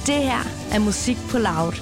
Det her er Musik på Loud.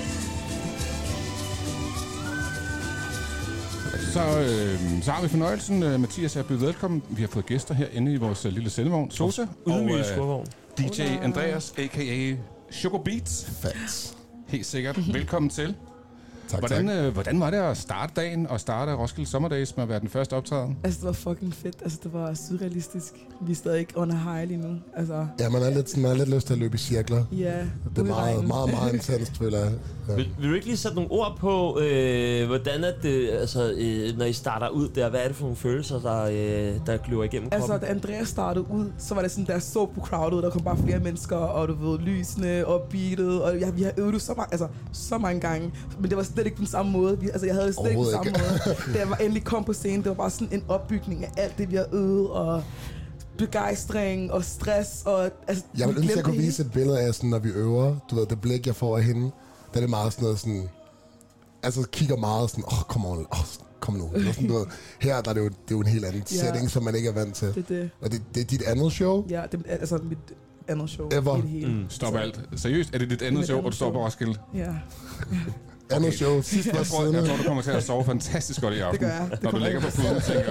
Så har vi fornøjelsen, Mathias, at byde velkommen. Vi har fået gæster herinde i vores lille sendevogn. Sosa og DJ Andreas, a.k.a. Sugar Beats. Fats. Helt sikkert. Velkommen til. Tak. Hvordan var det at starte dagen og starte Roskilde Summer Days med at være den første optræden? Altså, det var fucking fedt. Altså, det var surrealistisk. Vi er stadig ikke under high lige nu. Altså, Ja, man har lidt lyst til at løbe i cirkler. ja, Det er meget intenst, føler jeg. Ja. Vil du ikke lige sætte nogle ord på, hvordan at det, når I starter ud der, hvad er det for nogle følelser, der gløber igennem kroppen? altså, da Andreas startede ud, så var det sådan, der så på crowdet, der kom bare flere mennesker, og du ved, lysene og beatet, og vi har øvet det så mange gange, men det var slet ikke den samme måde. Jeg havde det slet ikke den samme måde. Da jeg endelig kom på scenen, det var bare sådan en opbygning af alt det, vi har øvet, og begejstring og stress. Og, altså, Jeg vil ønske, at jeg kunne vise et billede af, sådan, når vi øver. Du ved, det blik, jeg får af hende, der er det meget sådan noget sådan... Altså, kigger meget sådan, kom nu. Sådan, du ved, her der er det er jo en helt anden setting, som man ikke er vant til. Det. Og det er dit andet show? Ja, det er altså mit andet show. Ever. Det hele. Stop alt. Seriøst, er det dit andet show, og du står på Roskilde? Ja. Andet show, sidst var Jeg tror, du kommer til at sove fantastisk godt i aften. Det gør jeg. Når du ligger på puden, tænker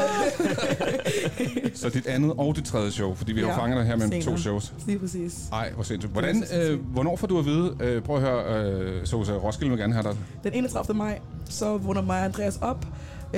Så dit andet og dit tredje show, fordi vi har jo fanget dig her med to shows. Lige præcis. Ej, hvor sindssygt. Hvornår får du at vide, prøv at høre, så Roskilde vil gerne have dig? Den 31. maj, så vågner mig og Andreas op.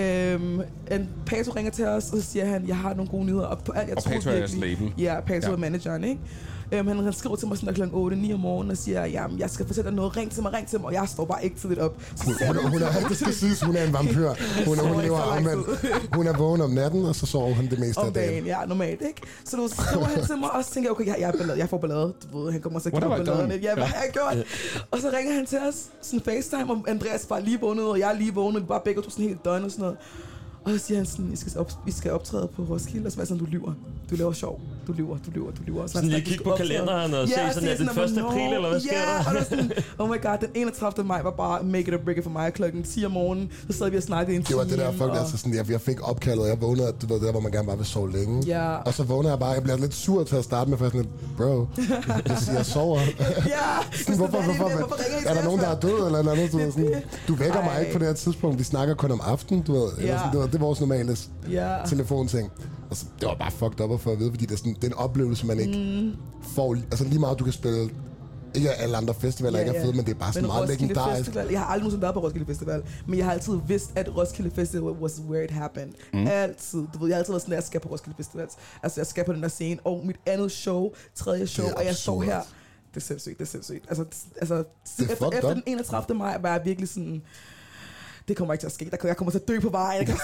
En Pato ringer til os, og så siger han, jeg har nogle gode nyheder op på alt. Og Pato er jeres label. Ja, Pato er manageren, ikke? Han skriver til mig sådan der kl. 8-9 om morgenen og siger, jamen, jeg skal fortælle dig noget, ring til mig, og jeg står bare ikke tidligt op. Det skal siges, hun er en vampyr. Hun lever omvendt. Hun er vågen om natten, og så sover hun det meste af dagen. Ja, normalt, ikke? Så nu skriver han til mig, og så tænker jeg, okay, jeg får ballade. Du ved, han kommer så ikke balladen. Ja, hvad har jeg gjort? Og så ringer han til os, sådan FaceTime, og Andreas bare lige vågnet, og jeg er lige vågnet, vi bare begge to sådan helt døgn og sådan noget. Og så siger han sådan, I skal optræde på Roskilde, og så var sådan, du lyver. Du laver sjov. Du lyver. Sådan lige kigge på kalenderen og se sådan, at den 1. april, eller hvad sker der? Ja, og sådan, oh my god, den 31. maj var bare make it or break it for mig. Klokken 10 om morgenen, så sad vi og snakkede en time. Det var det der, altså sådan, jeg fik opkaldet, og jeg vågnede, du ved, der hvor man gerne bare vil sove længe. Ja. Og så vågner jeg bare, jeg bliver lidt sur til at starte med, for sådan lidt, bro, jeg sover. Ja. Hvorfor? Er der nogen, der er død, eller noget? Du, sådan, du vækker mig ikke på det her tidspunkt, vi snakker kun om aftenen, du ved. Eller sådan, det er vores normale telefonting. Altså, det var bare fucked up at få at vide, fordi det er sådan, det er en oplevelse, man ikke får. Altså lige meget, du kan spille. Ikke alle andre festivaler ikke er fede, men det er bare sådan meget legendarisk. Jeg har aldrig nogensinde været på Roskilde Festival, men jeg har altid vidst, at Roskilde Festival was where it happened. Altid. Du ved, jeg har altid været sådan, at jeg skal på Roskilde Festival. Altså, jeg skal på den der scene, og mit andet show, tredje show, og jeg står her. Det er sindssygt. Altså efter den 31. maj var jeg virkelig sådan... Det kommer ikke til at ske. Jeg kommer til at dø på vejen. Ærligt,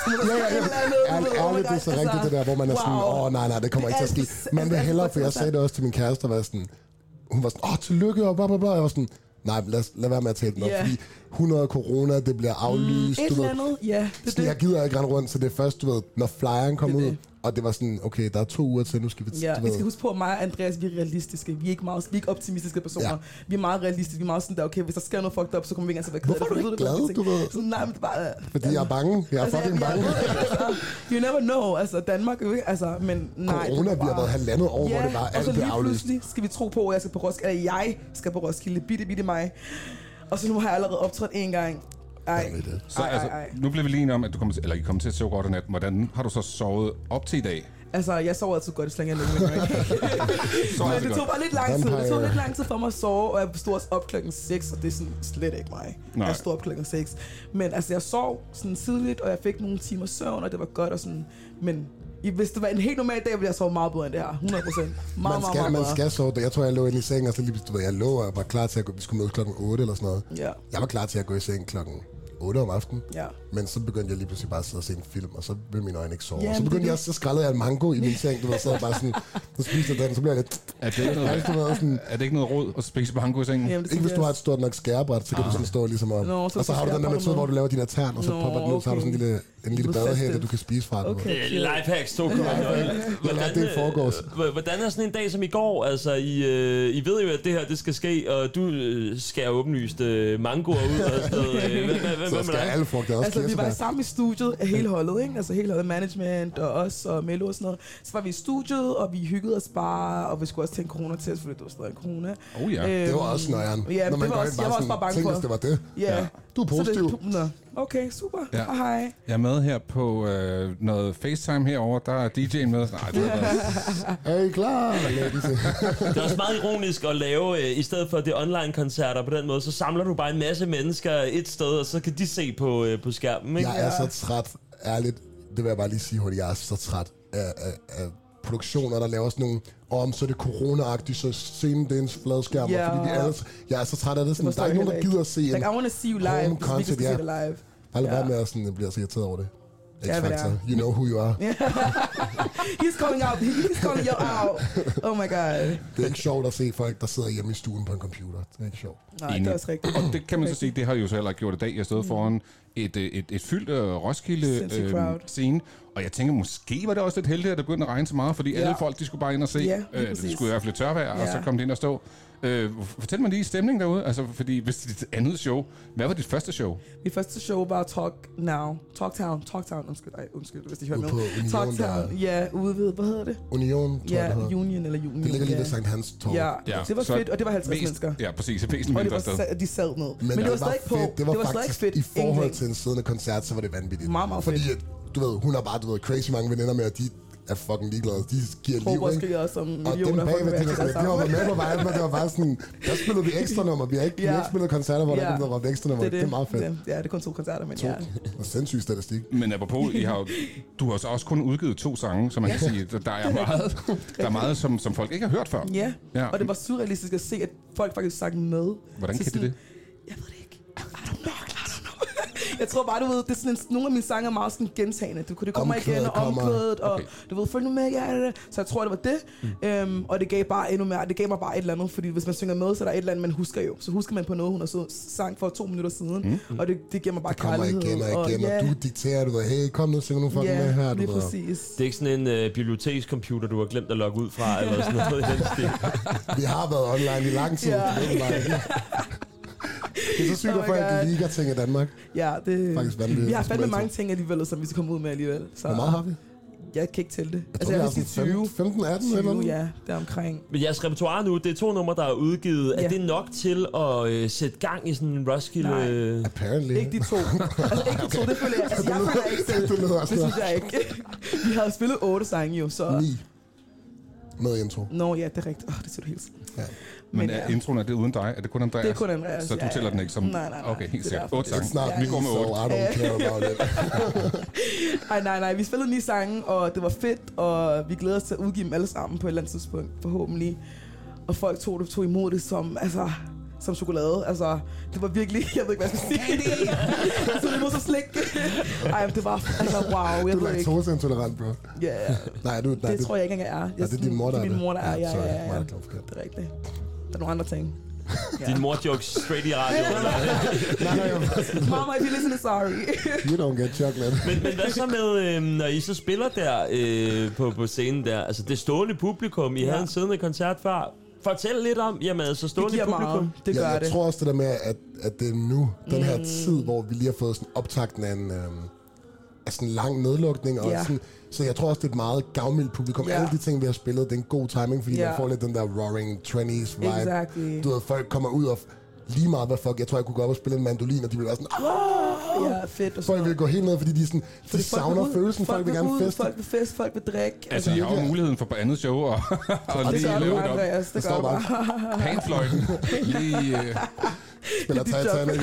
det er så rigtigt det der, hvor man er sådan, nej, det kommer ikke til at ske. Man vil hellere, for jeg sagde det også til min kæreste, var sådan, hun var sådan, tillykke, og bla. Jeg var sådan, nej, lad være med at tale den op, fordi 100 corona, det bliver aflyst. Et eller andet, det. Jeg gider ikke rende rundt, så det er først, du ved, når flyeren kom ud, og det var sådan, okay, der er 2 uger til, nu skal vi... Ja, vi skal huske på, at mig og Andreas, vi er realistiske. Vi er ikke optimistiske personer. Ja. Vi er meget realistiske. Vi er meget sådan der, okay, hvis der sker noget fucked up, så kommer vi ikke engang til at være ked. Hvorfor er du ikke glad, du ved? Sådan, nej, men bare... Fordi jeg er bange. Jeg er fucking bange. You never know. Altså, Danmark er jo ikke... Altså, men nej... Corona, vi har været 1,5 år, hvor det bare alt bliver aflyst. Og så lige pludselig skal vi tro på, at jeg skal på Roskilde. Eller jeg skal på Roskilde. Bitte mig. Og så nu har jeg allerede optrådt en gang. Nu bliver vi lige enige om, at I kommer til at sove godt i nat. Hvordan har du så sovet op til i dag? Altså, jeg sover altid godt, så længe jeg ligger. Men det tog bare lidt lang tid. Det tog lidt lang tid for mig at sove, og jeg stod også op klokken 6, og det er sådan slet ikke mig. Nej. Jeg stod op klokken 6. Men altså, jeg sov sådan tidligt, og jeg fik nogle timer søvn, og det var godt og sådan. Men hvis det var en helt normal dag, ville jeg sove meget bedre end det her. 100%. Meget man skal sove. Jeg tror, jeg lå inde i sengen, og så lige jeg lå og var klar til at gå. Vi skulle mødes klokken 8 eller sådan noget. Ja. Jeg var klar til at gå i seng klokken 8 om aftenen. Ja. Men så begyndte jeg lige pludselig bare at sidde og se en film, og så ville mine øjne ikke sove. Ja, så begyndte jeg, så skrællede jeg en mango i min seng, du ved, så bare sådan, så spiste jeg den, så bliver jeg lidt... Er det ikke noget råd at spise mango i sengen? Jamen, ikke hvis du har et stort nok skærebræt, så kan du sådan stå ligesom op. Og så har du den der metode, hvor du laver de der tern, og så popper den ud, så har du sådan en lille en lille badehætte, du kan spise fra. Okay. Lifehacks 2.0. Hvordan er sådan en dag som i går? Altså, I ved jo, at det her det skal ske, og du skærer åbenlyst mangoer ud og sådan noget. Så skal alle frugter også. Altså, vi var sammen i studiet, hele holdet, ikke? Altså, hele holdet management og os og Melo og sådan noget. Så var vi i studiet, og vi hyggede os bare, og vi skulle også tage en coronatest, fordi det var stadig corona. Det var også nøjeren. Ja, det var også, jeg var også bare bange for. Det var det. Ja. Du er positiv. Okay, super. Ja. Hej. Jeg er med her på noget FaceTime herover. Der er DJ'en med. Nej, det er I klar? Det er også meget ironisk at lave, i stedet for det online-koncerter på den måde, så samler du bare en masse mennesker et sted, og så kan de se på skærmen. Ikke? Jeg er så træt, ærligt. Det vil jeg bare lige sige hurtigt. Jeg er så træt af produktioner, der laver sådan nogle, så er det corona-agtigt, så scenen det er en fladskærm, fordi jeg er så træt af det. Sådan, der er ikke nogen, der gider at se en I want to see you live, because we can see it live. Bare være med, sådan, jeg bliver så irriteret over det. X-Factor, you know who you are. He's calling you out. Oh my god. Det er ikke sjovt at se folk, der sidder hjemme i stuen på en computer. Det er ikke sjovt. Nej, det er også rigtigt. Og det kan man så sige, det har jo så heller gjort i dag. Jeg stod foran et fyldt Roskilde-scene, og jeg tænker, måske var det også lidt heldigt, at det begyndte at regne så meget, fordi alle folk, de skulle bare ind og se. Det skulle i hvert fald tørvejr, og så kom de ind og stå. Fortæl mig lige stemningen derude, altså fordi hvis det er dit andet show, hvad var dit første show? Mit første show var Talktown, undskyld, hvis de hører med. Talktown, ude ved, hvad hedder det? Union, tror jeg, Union eller Union. Det ligger lige ved Sankt Hans Torv. Ja, det var fedt, og det var 50 mennesker. Ja, præcis, et væsentligt mindre sted. Og de sad ned. Men det var stadig på. Det var faktisk fedt. I forhold til en siddende koncert, så var det vanvittigt. Meget fedt. Fordi, du ved, hun har bare, crazy mange veninder med, og de er fucking ligeglade. De giver liv, ikke? Skriger også om millioner. Og dem bagved, de var med på vejen, men det var bare sådan, der spillede vi ekstra nummer. Vi har ikke spillet koncerter, hvor der var ekstra nummer. Det er meget fedt. Ja, det er kun 2 koncerter, men ja. Og sindssyg statistik. Men apropos, du har også kun udgivet 2 sange, så man kan sige, der er meget som folk ikke har hørt før. Ja, og det var surrealistisk at se, at folk faktisk sang med. Hvordan kan det? Jeg ved det ikke. I don't know. Jeg tror bare, du ved, det er sådan nogle af mine sange er meget sådan gentagende. Det kommer igen og omkvædet, og du ved, følg nu med, Så jeg tror, det var det. Og det gav bare endnu mere, det gav mig bare et eller andet, fordi hvis man synger med, så er der et eller andet, man husker jo. Så husker man på noget, hun har så sang for 2 minutter siden, og det giver mig bare kærlighed. Det kommer igen, og du dikterer, du ved, hey, kom nu, synger nu for med her. Det er præcis. Det er ikke sådan en bibliotekscomputer, du har glemt at logge ud fra, eller sådan noget i den stil. Vi har været online i lang tid. Det er så sygt, at folk liker ting i Danmark. Ja, det faktisk vanvittigt. Vi har fandme mange ting alligevel, som vi skal komme ud med alligevel. Så hvor meget har vi? Jeg kan ikke tælle det. Jeg vil sige 20. 15, 18 eller noget? Ja, der omkring. Men jeres repertoire nu, det er 2 numre, der er udgivet. Er det nok til at sætte gang i sådan en Roskilde? Nej. Apparently. Ikke de 2. Altså ikke de 2, det føler jeg. Altså jeg føler ikke selv. Det synes jeg ikke. Vi havde spillet 8 sange jo, så... 9. Med intro. Nå ja, det er rigtigt. Det ser du helt ja. Men introen, er det uden dig? Er det kun Andreas? Det er kun Andreas, så du tæller den ikke som... Nej. Okay, helt sikkert. 8 sange. Vi går med 8. I don't care about it. Nej. Vi spillede 9 sange, og det var fedt, og vi glæder os til at udgive dem alle sammen på et eller andet tidspunkt, forhåbentlig. Og folk tog imod det som chokolade. Altså, det var virkelig... Jeg ved ikke, hvad jeg skal sige. Altså, det var så slik. Ej, det var... Altså, wow, jeg ved ikke. Du er laktoseintolerant, bro. Ja. Nej, det tror jeg ikke engang, jeg er. Det er din mor, der er det. Det er min mor, der er. Ja. Det er rigtigt. Der er nogle andre ting. Din mor-jokes straight i radio. Nej. Mama, if you listen, sorry. You don't get chocolate. Men hvad så med, når I så spiller der på scenen der? Altså, det stående publikum, I havde en siddende koncert før. Fortæl lidt om, jamen, så stående publikum. Meget. Det gør jeg tror også det der med, at det er nu, den her tid, hvor vi lige har fået sådan optakten af sådan en lang nedlukning. Og sådan, så jeg tror også, det er et meget gavmildt publikum. Alle de ting, vi har spillet, det er en god timing, fordi man får lidt den der roaring 20's vibe. Exactly. Du ved, folk kommer ud og lige meget hvad folk. Jeg tror, jeg kunne gå op og spille en mandolin, og de ville være sådan, ja, fedt. Og folk vil gå helt ned, fordi de, sådan, de savner følelsen. Folk vil gerne feste. Folk vil feste, folk vil drikke. Altså, jeg har jo muligheden for på andet show og lige leve det op. Det gør bare. Panfløjten. Lige... Spiller Titanic.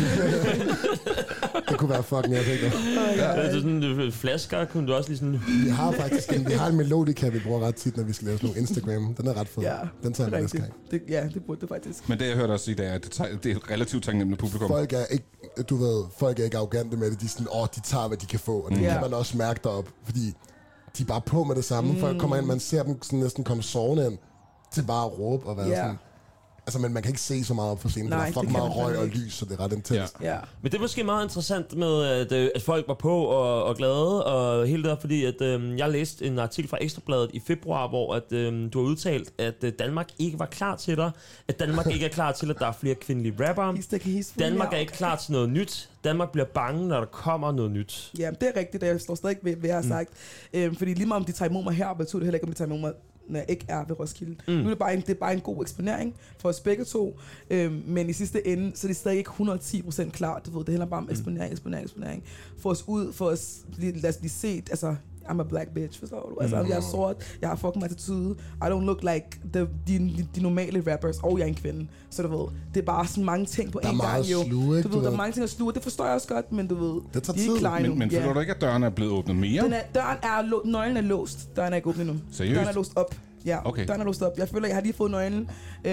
Det kunne være fucking epic. Det er sådan flasker, kunne du også lige sådan... Vi har faktisk en melodika, vi bruger ret tit, når vi skal lave sådan nogle Instagram. Den er ret fed. Ja, den tager jeg næste gang. Det burde det faktisk. Men det, jeg hørte også sige, det er, at det er et relativt taknemmeligt publikum. Folk er ikke, du ved, folk er ikke arrogante med det. De er sådan, de tager, hvad de kan få. Og det kan man også mærke derop, fordi de er bare på med det samme. Folk kommer ind, man ser dem sådan næsten komme sovende ind til bare at råbe og være sådan... Altså, men man kan ikke se så meget op for scenen, for der er fucking meget røg og lys, så det er ret intenst. Ja. Men det er måske meget interessant med, at folk var på og glade, og hele det der, fordi at, jeg læste en artikel fra Ekstrabladet i februar, hvor at, du har udtalt, at Danmark ikke var klar til dig, at Danmark ikke er klar til, at der er flere kvindelige rappere. Danmark er ikke klar til noget nyt. Danmark bliver bange, når der kommer noget nyt. Ja, det er rigtigt, jeg står stadig ved, hvad jeg har sagt. Fordi lige meget om de tager imod mig her, betyder det heller ikke, om de tager imod mig, når jeg ikke er ved Roskilde. Nu er det bare en god eksponering for os begge to, men i sidste ende, så er det stadig ikke 110% klart. Det handler bare om eksponering. For os ud, for os, lad os blive set, altså, I'm a black bitch, forstår du? Altså, jeg er sort, jeg har fucking attitude, I don't look like de normale rappers, og jeg er en kvinde. Så du ved, det er bare sådan mange ting på en gang, jo. Der er meget sluge, ikke? Du ved, der er mange ting at sluge, det forstår jeg også godt, men du ved, det tager de er ikke klar endnu. Men føler du ikke, at døren er blevet åbnet mere? Nøglen er låst, døren er ikke åbnet endnu. Seriøst? Døren er låst op. Ja, okay. Døren er låst op. Jeg føler, jeg har lige fået nøglen,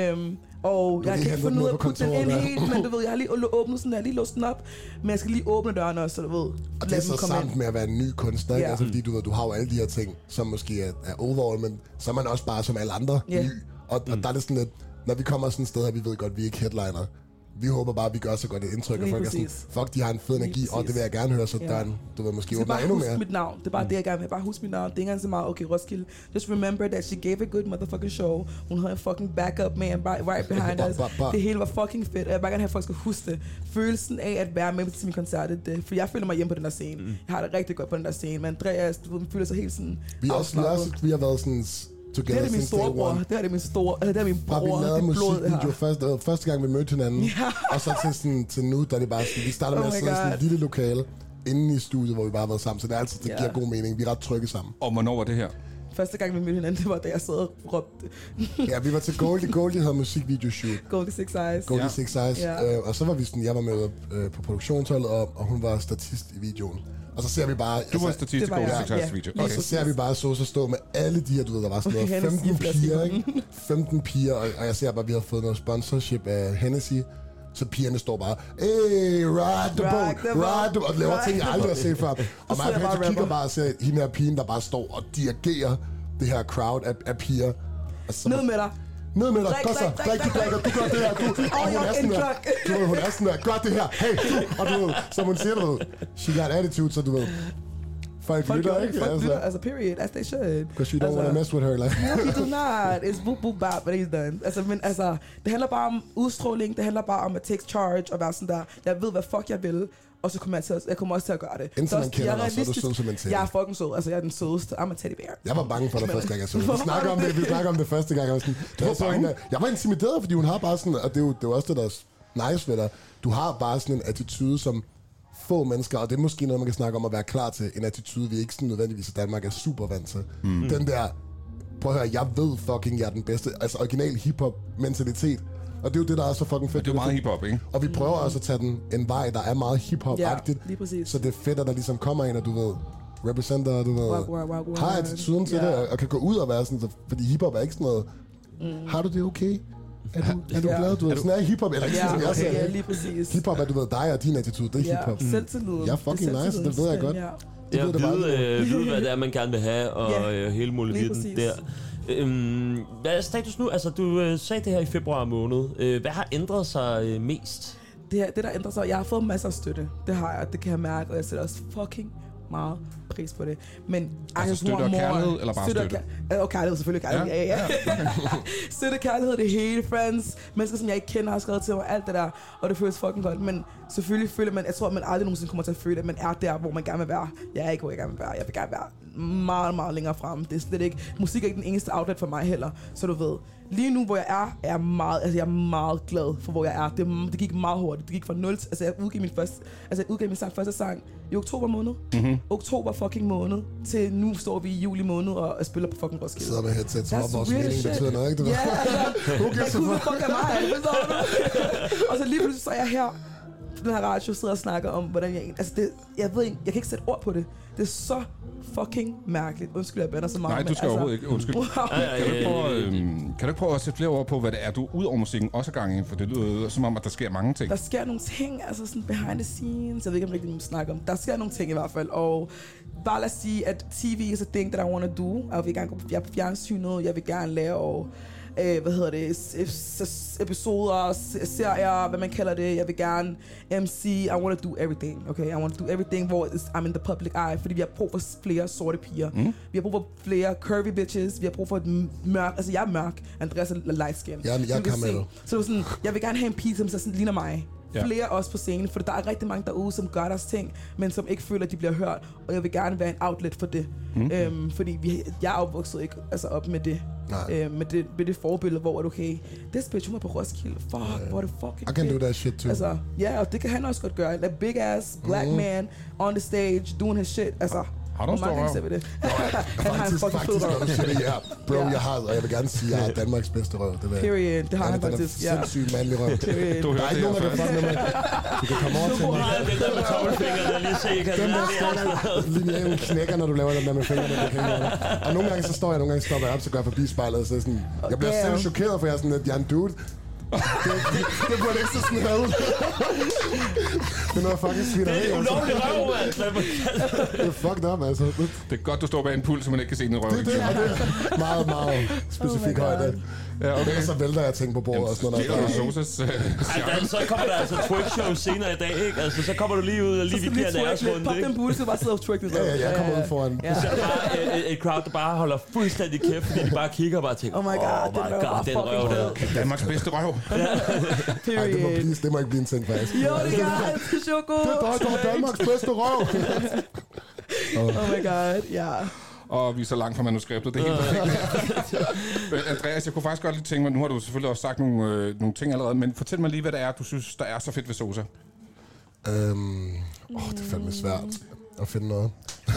og jeg kan ikke finde ud af at putte den ind helt, men du ved, jeg har lige åbnet sådan der, lige låst den op, men jeg skal lige åbne døren også, så du ved. Og det er så samt med at være en ny kunstner, ikke? Altså, fordi du ved, du har jo alle de her ting, som måske er overall, men så er man også bare som alle andre ny. Og der er det sådan lidt, når vi kommer sådan et sted her, vi ved godt, vi er ikke headliner. Vi håber bare, at vi gør så godt et indtryk, og folk er sådan, fuck, de har en fed energi, og det vil jeg gerne høre, så døren, du ved, måske åbner endnu mere. Mit navn. Det er bare det, jeg gerne vil. Bare husk mit navn. Det er ikke engang så meget, okay, Roskilde. Just remember that she gave a good motherfucking show. Hun havde en fucking backup man right behind us. Det hele var fucking fedt, og jeg bare gerne have, at folk skal huske det. Følelsen af at være med til min koncert, det, for jeg føler mig hjemme på den der scene. Jeg har det rigtig godt på den der scene, men Andreas, du føler sig helt sådan vi har været sådan... Det er min storebror. Det er min store. Det er min bror. Vi lavede musikvideo første gang vi mødte hinanden, og så til nu, der er det bare sådan, vi starter med at sidde i sådan et lille lokale inde i studiet, hvor vi bare har været sammen, så det er altid, det giver god mening. Vi er ret trygge sammen. Og hvornår var det her? Første gang vi mødte hinanden, det var da jeg sad og råbte. Ja, vi var til Goldie havde musikvideoshoot. Goldie Six Eyes. Goldie Six Eyes. Og så var vi sådan, jeg var med på produktionsholdet, og hun var statist i videoen. Og så ser vi bare... Du var statist i Goldie Six Eyes video. Og så ser vi bare Sosa stå med alle de her, du ved, der var sådan noget 15 piger, ikke? 15 piger, og jeg ser bare, at vi har fået noget sponsorship af Hennessy. Så pigerne står bare, hey, ride the boat, og laver ting, jeg aldrig har set før. Og mig og kigger bare og ser hende her pigen, der bare står og dirigerer det her crowd af piger. Ned med dig. Ned med dig, du gør det her, hun er sådan der, gør det her, hey, og du ved, som hun siger, du ved, she got attitude, så du ved, folk lytter, ikke? Folk lytter, altså period, as they should. Because you don't want to mess with her, like. No, you do not. It's boop, boop, bop, but he's done. Altså, men altså, det handler bare om udstråling, det handler bare om at take charge, og være sådan der, jeg ved, hvad fuck jeg vil, og så kommer jeg kommer også til at gøre det. Indtil man kender dig, så er du sød som en teddy. Jeg er fucking sød, altså jeg er den sødeste, I'm a teddy bear. Jeg var bange for det første gang, jeg så det. Vi snakker om det første gang, jeg var intimideret, fordi hun har bare sådan, og det er jo også det, der er nice ved dig, du har bare sådan en attitude, som få mennesker, og det er måske noget, man kan snakke om at være klar til, en attitude, vi ikke sådan nødvendigvis i Danmark er super vant til. Den der, prøv at høre, jeg ved fucking, jeg er den bedste, altså original hip-hop-mentalitet. Og det er jo det, der er så fucking fedt. Det er meget hiphop, ikke? Og vi prøver også at tage en vej, der er meget hiphop-agtigt. Ja, lige præcis. Så det er fedt, at der ligesom kommer en, og du ved, representer, du ved, har attituden til det, og kan gå ud og være sådan, fordi hiphop er ikke sådan noget, har du det okay? Er du glad? Du ved, sådan er hiphop, eller ikke sådan, jeg siger. Ja, lige præcis. Hiphop er, du ved, dig og din attitude, det er hiphop. Selvtilliden. Jeg er fucking nice, det ved jeg godt. Ja, vide, hvad det er, man gerne vil have, og hele muligheden der. Hvad er status nu? Altså, du sagde det her i februar måned. Hvad har ændret sig mest? Det der ændrer sig, jeg har fået masser af støtte. Det har jeg, det kan jeg mærke, og jeg sætter også fucking meget pris på det. Men altså støtte og kærlighed, eller bare støtte? Og kærlighed, selvfølgelig kærlighed. Ja. Støtte, kærlighed, det hele, friends, mennesker, som jeg ikke kender, har skrevet til mig, alt det der, og det føles fucking godt. Men selvfølgelig føler man, jeg tror, at man aldrig nogensinde kommer til at føle, at man er der, hvor man gerne vil være. Jeg er ikke, hvor jeg gerne vil være. Jeg vil gerne være meget, meget længere fremme. Det er slet ikke, musik er ikke den eneste outlet for mig heller, så du ved. Lige nu, hvor jeg er jeg meget glad for, hvor jeg er. Det gik meget hurtigt. Det gik fra 0 til... Altså, jeg udgav min første sang i oktober måned. Oktober fucking måned. Til nu står vi i juli måned og spiller på fucking Roskilde. Sidder med headset, så vores mening betyder noget, ikke? Ja, altså, jeg fuck af mig, og så lige pludselig så er jeg her på den her radio, sidder og snakker om, hvordan jeg... Altså, jeg ved ikke, jeg kan ikke sætte ord på det. Det er så fucking mærkeligt. Undskyld, jeg bander så meget. Nej, du skal overhovedet ikke. Undskyld. Wow. Kan du ikke prøve at sætte flere ord på, hvad det er, du ud over musikken også er gang i? For det lyder som om, at der sker mange ting. Der sker nogle ting, altså sådan behind the scenes. Jeg ved ikke, om rigtig nogen snakker om. Der sker nogle ting i hvert fald. Og bare lad os sige, at TV is a thing that I want to do. Jeg vil gerne gå på fjernsynet. Jeg vil gerne lave episoder, serier, hvad man kalder det. Jeg vil gerne MC. I want to do everything, okay? I want to do everything, hvor I'm in the public eye, fordi vi har brug for flere sorte piger. Vi har brug for flere curvy bitches. Vi har brug for et mørk, altså jeg er mørk, Andreas er light skin. Jeg kan med. Så sådan, jeg vil gerne have en pige, som sådan ligner mig. Flere også på scenen, for der er rigtig mange derude, som gør deres ting, men som ikke føler, at de bliver hørt, og jeg vil gerne være en outlet for det. Fordi jeg er opvokset ikke op med det. Med det forbillede, hvor okay, this bitch, hun var på Roskilde, fuck, hvor er det fucking I can do that shit too. Altså, og det kan han også godt gøre. A big ass black man on the stage, doing his shit, altså. Har du en stor røv? Han har en fucking fed røv. Bro, jeg har, og jeg vil gerne sige, at jeg har Danmarks bedste røv. Period, det har han faktisk, ja. Sindssygt mandlig røv. Der er ikke nogen, der kan fuck med mig. Du kan komme over til mig. Den der med tommelfingeren, lige se, kan Linealen knækker, når du laver den der med fingrene. Og nogle gange så står jeg, nogle gange stopper jeg op, så går jeg forbi spejlet, og så sådan, jeg bliver selv chokeret, for jeg er sådan, at jeg er en dude. Det burde ikke så smidt ud. Det er noget fucking svidt. Det er en ulovlig røv, mand. Det er fucked up, altså. Det er godt, du står bag en pult, så man ikke kan se en røv. Det er meget, meget specifikt højde. Ja, okay. Så vælter jeg ting på bordet og sådan noget. Så kommer der altså twerk-show senere i dag, ikke? Altså, så kommer du lige ud og lige vigerer deres runde, ikke? Pop den bule, så bare sidder og twerk det. Ja, jeg kommer ud foran. Så er bare et crowd, der bare holder fuldstændig kæft, fordi de bare kigger og bare tænker, oh my god, den røv der. Danmarks bedste røv. Nej, det må ikke blive en ting, faktisk. Jo, det er Choco. Det er Danmarks bedste røv. Oh my god, ja. Og vi er så langt fra manuskriptet, det er helt perfekt. Andreas, jeg kunne faktisk godt lige tænke mig, nu har du selvfølgelig også sagt nogle ting allerede, men fortæl mig lige, hvad det er, du synes, der er så fedt ved Sosa. Det er fandme svært at finde noget.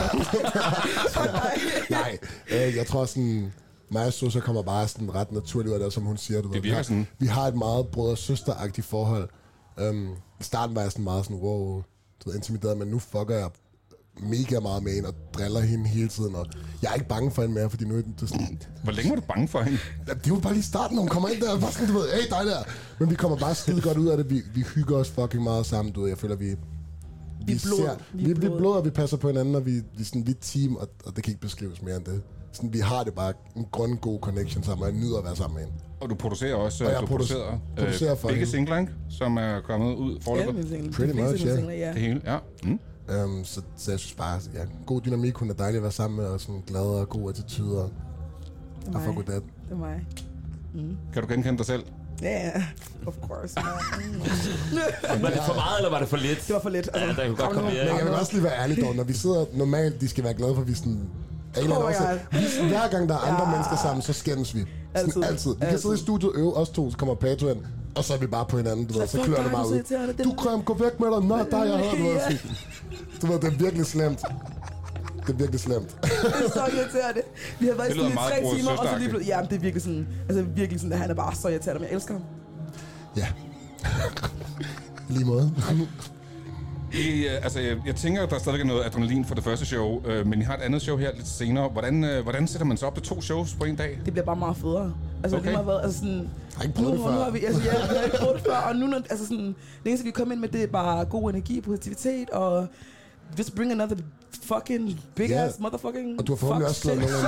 Nej, jeg tror sådan, mig og Sosa kommer bare sådan ret naturligt ud af det, som hun siger. Det virker sådan. Vi har et meget brødre-søster-agtigt forhold. I starten var jeg sådan meget sådan, wow, du ved, intimideret, men nu fucker jeg mega meget med hende og driller hende hele tiden, og jeg er ikke bange for hende mere, fordi nu er det sådan... Hvor længe var du bange for hende? Det var bare lige starten, når hun kommer ind der, og bare sådan, du ved, hey, dig der! Men vi kommer bare skide godt ud af det, vi hygger os fucking meget sammen, du ved, jeg føler, vi er blod, og vi passer på hinanden, og vi er et team, og det kan ikke beskrives mere end det. Sådan, vi har det bare en god connection sammen, og jeg nyder at være sammen med hende. Og du producerer også, og jeg producerer for begge singler, som er kommet ud forløbet. Pretty much, yeah. Det hele, ja. Så jeg synes bare, god dynamik, hun er dejlig at være sammen med, og sådan glad og god attitude, og for god dat. Det er mig. Kan du genkende dig selv? Yeah, of course. Var det for meget, eller var det for lidt? Det var for lidt. Altså, der kunne godt komme mere. Men jeg vil også lige være ærlig, dog. Når vi sidder normalt, de skal være glade for, at vi sådan... Hver gang der er andre mennesker sammen, så skændes vi. Altid. Vi kan sidde i studiet og øve os to, så kommer Pato ind, og så er vi bare på hinanden, du ved, så klør det bare ud. Du Krem, gå væk med dig. Nå, der jeg har, du ved, det er virkelig slemt. Det er virkelig slemt. Det er så irriterende. Vi har været sådan i 3 timer, og så lige blevet... Ja, det er virkelig sådan... Altså virkelig sådan, at han er bare så irriterende, men jeg elsker ham. Ja. Lige måde. Jeg tænker, at der stadig er noget adrenalin for det første show, men I har et andet show her lidt senere. Hvordan sætter man så op til 2 shows på en dag? Det bliver bare meget federe. Altså, okay. Det har været, altså sådan... Har ikke prøvet det før? Jeg har ikke prøvet det før, og nu, altså sådan... Det eneste, vi kommer ind med, det er bare god energi, positivitet, og... Just bring another fucking big ass motherfucking... Og du har forhåbentlig også slået nogen.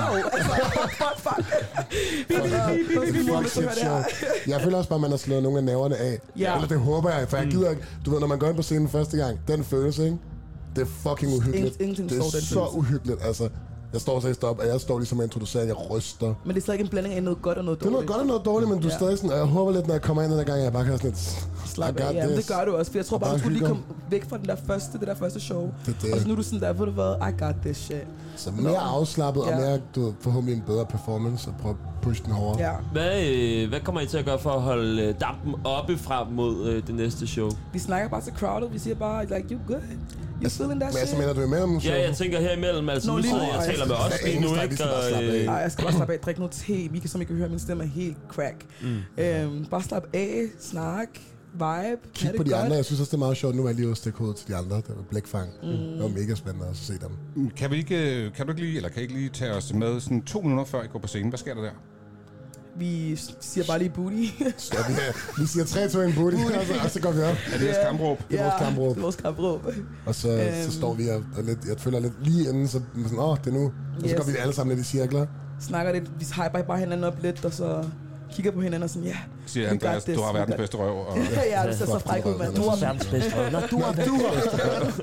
Jeg føler også bare, at man har slået nogle af nerverne af. Ja. Eller det håber jeg, for jeg gider ikke... Du ved, når man går ind på scenen første gang, den følelse, ikke? Det er fucking uhyggeligt. Det er så uhyggeligt, altså. Jeg står så stop, og jeg står ligesom at introducere, jeg ryster. Men det er stadig en blanding af noget godt og noget dårligt. Det er noget godt og noget dårligt, men du er stadig sådan, og jeg håber lidt, når jeg kommer ind den gang, jeg bare kan sådan lidt... Slap af, ja, det gør du også, for jeg tror bare, du skulle lige komme væk fra det der første show. Og så nu er du sådan der, ved du hvad, I got this shit. Så mere afslappet, og mere, forhåbentlig en bedre performance, og prøve at pushe den hårdere. Ja. Hvad kommer I til at gøre for at holde dampen oppe frem mod det næste show? Vi snakker bare til crowdet, vi siger bare, like, you good. You feeling that shit? Men mener du imellem show? Ja, jeg tænker her imellem, altså nu sidder jeg og taler med os lige nu, ikke? Nej, jeg skal bare slappe af, drikke noget te. Vi kan som I kan høre, min stemme er helt crack. Bare slappe af, snak, vibe. Kig på de andre, jeg synes også, det er meget sjovt. Nu er jeg lige ude at stikke hovedet til de andre, der var blækfang. Det var mega spændende at se dem. Kan I ikke lige tage os med sådan 2 minutter før I går på scenen? Hvad sker der der? Vi siger bare lige booty. Vi siger 3, 2, 1 booty, og så går vi op. Er det jeres kampråb? Det er vores kampråb. Det er vores kampråb. Og så står vi og lidt, jeg føler lidt lige inden, så sådan, det er nu. Og så går vi alle sammen lidt i cirkler. Snakker lidt, vi hyper bare hinanden op lidt, og så kigger på hinanden og sådan, ja, siger Andreas, du har verdens bedste røv. Og... ja, det ser så fræk ud, mand. Du har verdens bedste røv. Nå, du har verdens bedste røv.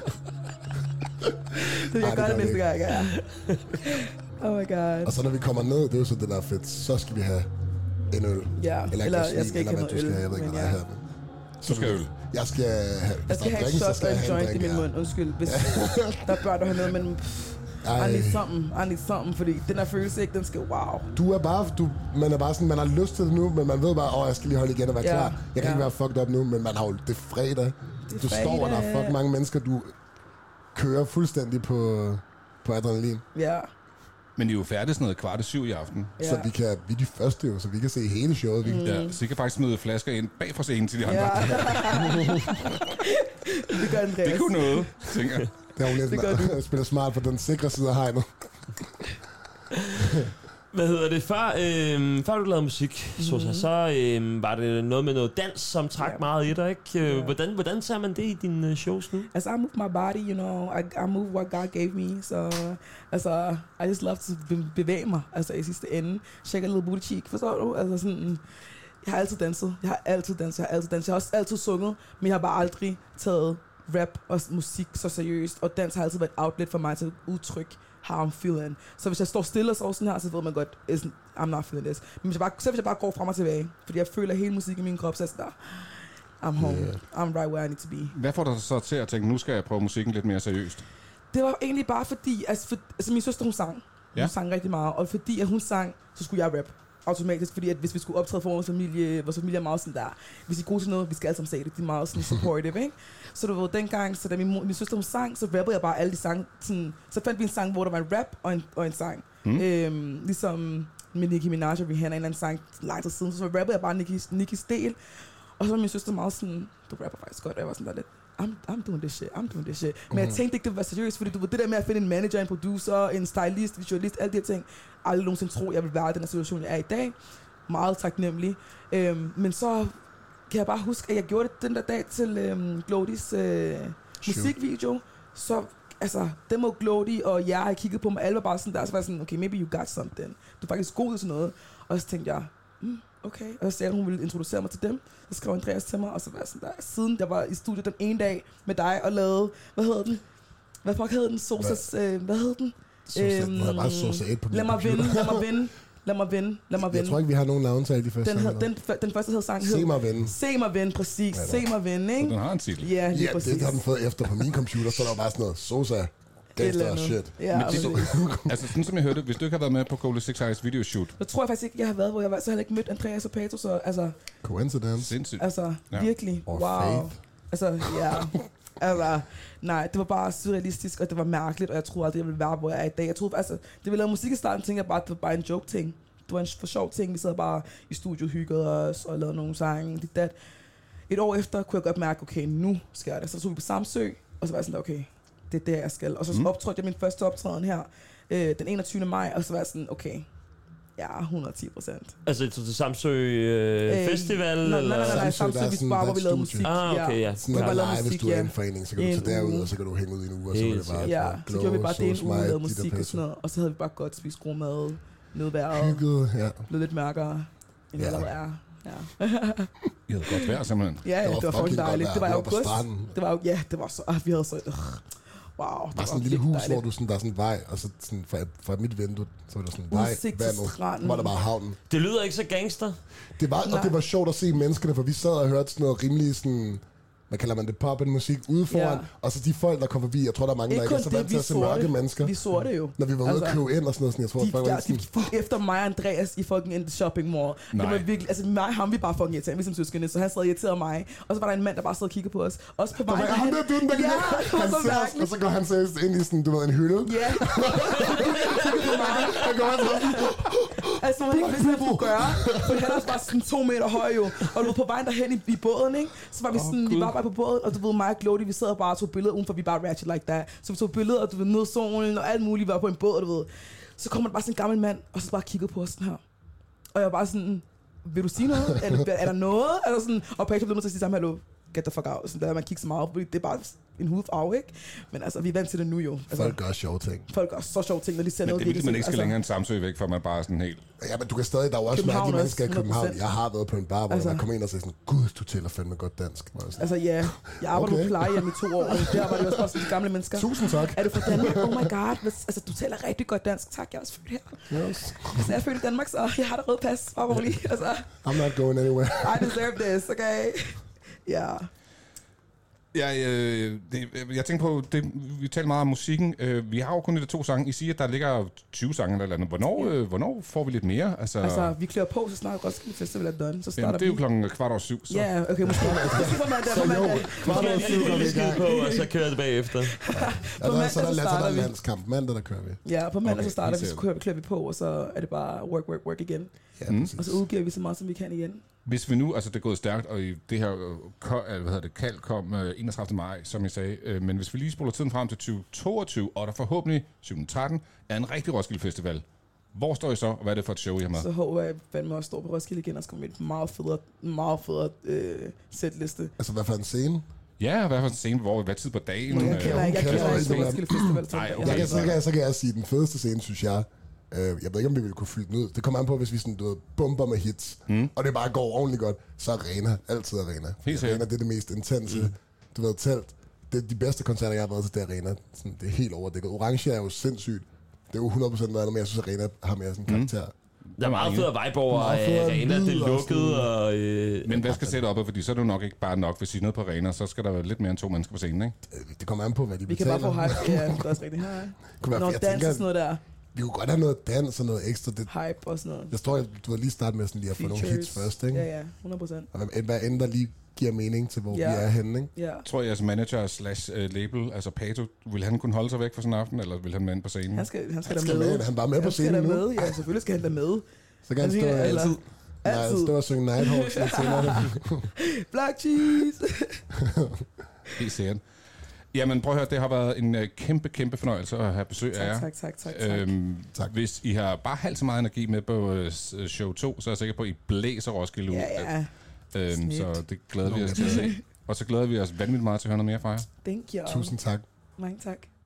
Det jeg gør det næste gang, ja. Oh my god. Og så når vi kommer ned, det er jo så det der fedt, så skal vi have en øl. Ja, eller jeg skal ikke have noget øl. Jeg ved ikke, hvad jeg har. Du skal øl. Jeg skal have... Jeg skal have et shot og en joint i min mund, undskyld. Hvis der bør du have noget, men... I need something, fordi den her følelse ikke, den skal wow. Man er bare sådan, man har lyst til det nu, men man ved bare, jeg skal lige holde igen og være klar. Jeg kan ikke være fucked up nu, men man har jo, det er fredag. Du står, og der er fucking mange mennesker, du kører fuldstændig på adrenalin. Ja. Men I er jo færdige sådan noget 6:15 i aften. Ja. Så vi er de første jo, så vi kan se hele showet. Ja, så I kan faktisk smide flasker ind bag fra scenen til de andre. Ja. Det gør Andreas. Det kunne noget, tænker jeg. Det er jo lidt, at spille smart på den sikre side af hegnet. Hvad hedder det? Før du lavede musik, så var det noget med noget dans, som trak meget i dig, ikke? Hvordan ser man det i dine shows nu? Altså, I move my body, you know. I move what God gave me. Så, altså, I just love to bevæge mig, altså i sidste ende. Shake a little booty cheek, forstår du? Altså sådan, jeg har altid danset. Jeg har også altid sunget, men jeg har bare aldrig taget rap og musik så seriøst. Og dans har altid været et outlet for mig til at udtrykke how I'm feeling. Så hvis jeg står stille og så sådan her, så ved man godt, I'm not feeling this. Men hvis jeg bare går frem og tilbage, fordi jeg føler hele musik i min krop, så er sådan der, I'm home. I'm right where I need to be. Hvad får dig så til at tænke, nu skal jeg prøve musikken lidt mere seriøst? Det var egentlig bare fordi, altså min søster, hun sang. Hun sang rigtig meget, og fordi at hun sang, så skulle jeg rap automatisk, fordi at hvis vi skulle optræde for vores familie er meget sådan der, hvis I er gode til noget, vi skal alle sammen sige det, de er meget sådan supportive, ikke? Så du ved, dengang, så da min søster hun sang, så rappede jeg bare alle de sange, sådan, så fandt vi en sang, hvor der var en rap og en sang. Ligesom med Nicki Minaj og Rihanna, en eller anden sang lang tid siden, så rappede jeg bare Nickis del, og så var min søster meget sådan, du rapper faktisk godt, og jeg var sådan der lidt, I'm doing this shit. Men jeg tænkte ikke, det var seriøst, fordi du ved, det der med at finde en manager, en producer, en stylist, visualist, alle de her ting, aldrig nogensinde tro, jeg vil være i den situation, jeg er i dag. Meget taknemmelig. Men så kan jeg bare huske, at jeg gjorde det den der dag til Glodys musikvideo. Så altså, dem og Glody og jeg har kigget på mig, alle var bare sådan der, så var jeg sådan, okay, maybe you got something. Du er faktisk god til noget. Og så tænkte jeg, okay. Og så sagde hun ville introducere mig til dem. Så skrev Andreas til mig, og så var jeg sådan der. Siden jeg var i studiet den ene dag med dig og lavede, hvad hedder den? Hvad fuck hed den? Sosas, hvad hed den? Du har bare Sosa 1 på min computer. Lad mig vinde. Jeg tror ikke, vi har nogen navn til de første den første hed sang. Se mig vinde, præcis. Ja, se mig vinde, ikke? Så den har en titel. Ja, lige præcis. Det har den fået efter på min computer, så der var bare sådan noget Sosa. Gangster shit. Ja, altså sådan som jeg hørte, hvis du ikke har været med på Cola 6 Eyes videoshoot. Så tror jeg faktisk ikke, jeg har været, hvor jeg var, så har jeg ikke mødt Andreas og Pato, så altså... Coincidence. Sindssygt. Altså, virkelig. Or wow. faith. Altså, ja. Altså, nej, det var bare surrealistisk, og det var mærkeligt, og jeg troede aldrig, jeg ville være, hvor jeg er i dag. Jeg troede, altså, det vi lavede musik i starten, tænkte jeg bare, det var bare en joke-ting. Det var en for sjov ting. Vi sad bare i studiet, hyggede os og lavede nogle sange. Et år efter kunne jeg godt mærke, okay, nu skal jeg det. Så tog vi på Samsø, og så var jeg sådan, okay, det er der, jeg skal. Og så optrådte jeg min første optræden her, den 21. maj, og så var jeg sådan, okay, ja, 110%. Altså til Samsø Festival? Nej, Samsø, hvor vi lavede musik. Okay, ja. Sådan en live, hvis du er en forening, så kan du tage derud, og så kan du hænge ud i en uge, og så er det bare... Ja, så gjorde vi bare det en uge, lavede musik og sådan noget, og så havde vi bare godt spist god mad, nød vejret, hygget, blev lidt mærkere, end jeg allerede er. Ja. I havde godt vejr, simpelthen. Ja, det var fucking dejligt. Det var i august. Det var så... Vi havde så... Wow, det var sådan en lille hus, dejligt. Hvor du sådan, der er sådan en vej, og så sådan fra mit vindue, så var der sådan en vej, vandet, hvor der var havnen. Det lyder ikke så gangster. Det var, og det var sjovt at se menneskene, for vi sad og hørte sådan noget rimelig sådan... Hvad kalder man det? Pop-musik ude foran. Og så de folk, der kom forbi. Jeg tror, der er mange, der ikke er så vant til at se mørke mennesker. Vi så det jo. Når vi var ude og købe ind og sådan noget. Jeg tror, de fulgte efter mig og Andreas i fucking shopping mall. Det var virkelig... Altså mig og ham, vi bare fucking irriterede. Vi som søskende, så han sad og irriterede mig. Og så var der en mand, der bare sad og kiggede på os. Også på mig. Han der duden, der kan og så går han seriøst ind i sådan, du ved, en hylde. Ja. Han går han altså, man ikke vidste, hvad han skulle gøre. For han var bare sådan 2 meter høj jo. Og du var på vejen derhen i båden, ikke? Så var vi sådan, vi var bare på båden, og du ved, mig og Glody, vi sad og bare tog billeder udenfor, vi bare ratchet like that. Så vi tog billeder, og du ved, nød solen og alt muligt, vi var på en båd, og du ved. Så kommer der bare sådan en gammel mand, og så bare kiggede på os sådan her. Og jeg var bare sådan, vil du sige noget? Eller er der noget? Eller sådan, og Patrick blev nødt til at sige sammen, hallo, get the fuck out. Sådan der, man kigger så meget, fordi det er bare en hudfarve, ikke? Men altså, vi er vant til det nu jo. Altså, folk gør sjove ting. Folk gør så sjove ting, når de sender noget. Men det er vildt, man ikke skal længere en Samsø væk, for man bare sådan helt... Ja, men du kan stadig... Der er jo også mærkelige mennesker i København. Jeg har været på en bar, hvor der kommer ind og siger sådan, gud, du taler fandme godt dansk. Altså ja, jeg arbejder på plejehjem i 2 år, og der var det også bare sådan de gamle mennesker. Tusind tak. Er du fra Danmark? Oh my god. Altså, du taler rigtig godt dansk. Tak, jeg er også født her. Yes. Altså, jeg er født i Danmark, så jeg har det røde pas. Bare rolig. Altså, I'm not going anywhere. I deserve this, okay? Ja. Jeg tænker på, vi taler meget om musikken. Vi har jo kun de 2 sange. I siger, at der ligger 20 sange eller andet. Hvornår får vi lidt mere? Altså, vi klør på, så snart Roskilde Festival er done. Så starter det er jo 7:15. Så. Ja, okay, måske på mandag. Så jo, 7:15 på, og så kører det bagefter. På mandag, så starter vi. Landskamp. Mandag, der kører vi. Ja, på mandag, så starter vi, så klør vi på, og så er det bare work igen. Ja, og så udgiver vi så meget, som vi kan igen. Hvis vi nu, altså det er gået stærkt, og i det her, kald kom 31. maj, som jeg sagde, men hvis vi lige spoler tiden frem til 2022, og der forhåbentlig 2013 er en rigtig Roskilde Festival, hvor står I så, og hvad er det for et show, I har med? Så håber jeg fandme også står på Roskilde igen, og så kommer et meget federe sætliste. Altså hvad for en scene? Ja, hvad for en scene, hvad tid på dagen? Jeg kender ikke Roskilde Festival. Så kan jeg sige, den fedeste scene, synes jeg, jeg ved ikke, om vi ville kunne fylde den ud. Det kommer an på, hvis vi sådan, bomber med hits, og det bare går ordentligt godt, så Arena, altid Arena. Arena, det er det mest intense, du ved, telt. Det er de bedste koncerter, jeg har været til, det Arena. Sådan, det er helt overdækket. Orange er jo sindssygt. Det er jo 100% noget andet, men jeg synes, Arena har mere sådan en karakter. Der er meget federe vibe over Arena, det er lukket. Og, men hvad skal sætte op, fordi så er det jo nok ikke bare nok, hvis I er nede på Arena, så skal der være lidt mere end 2 mennesker på scenen, ikke? Det kommer an på, hvad de betaler. Vi kan bare få hype, ja, det er også rigtigt her. Når dans og sådan noget der. Vi kunne godt have noget dans og noget ekstra. Hype og sådan noget. Jeg tror, du vil lige starte med sådan lige at få nogle hits først, ikke? Ja, 100%. Og hvad end der lige giver mening til, hvor vi er henne, ikke? Ja. Tror jeg, jeres manager / label, altså Pato, vil han kunne holde sig væk for sådan en aften, eller vil han med ind på scenen? Han skal da med. Han var med på scenen nu. Med. Ja, selvfølgelig skal han da med. Så kan han stå altid. Altid. Stå og synge Nighthawks lidt senere. Black cheese! Helt sikkert. Jamen prøv at høre, det har været en kæmpe fornøjelse at have besøg af jer. Tak. Hvis I har bare halvt så meget energi med på show 2, så er jeg sikker på, at I blæser Roskilde ud. Ja. Så det glæder vi os til at se. Og så glæder vi os vanvittigt meget til at høre noget mere fra jer. Thank you. Tusind tak. Mange tak.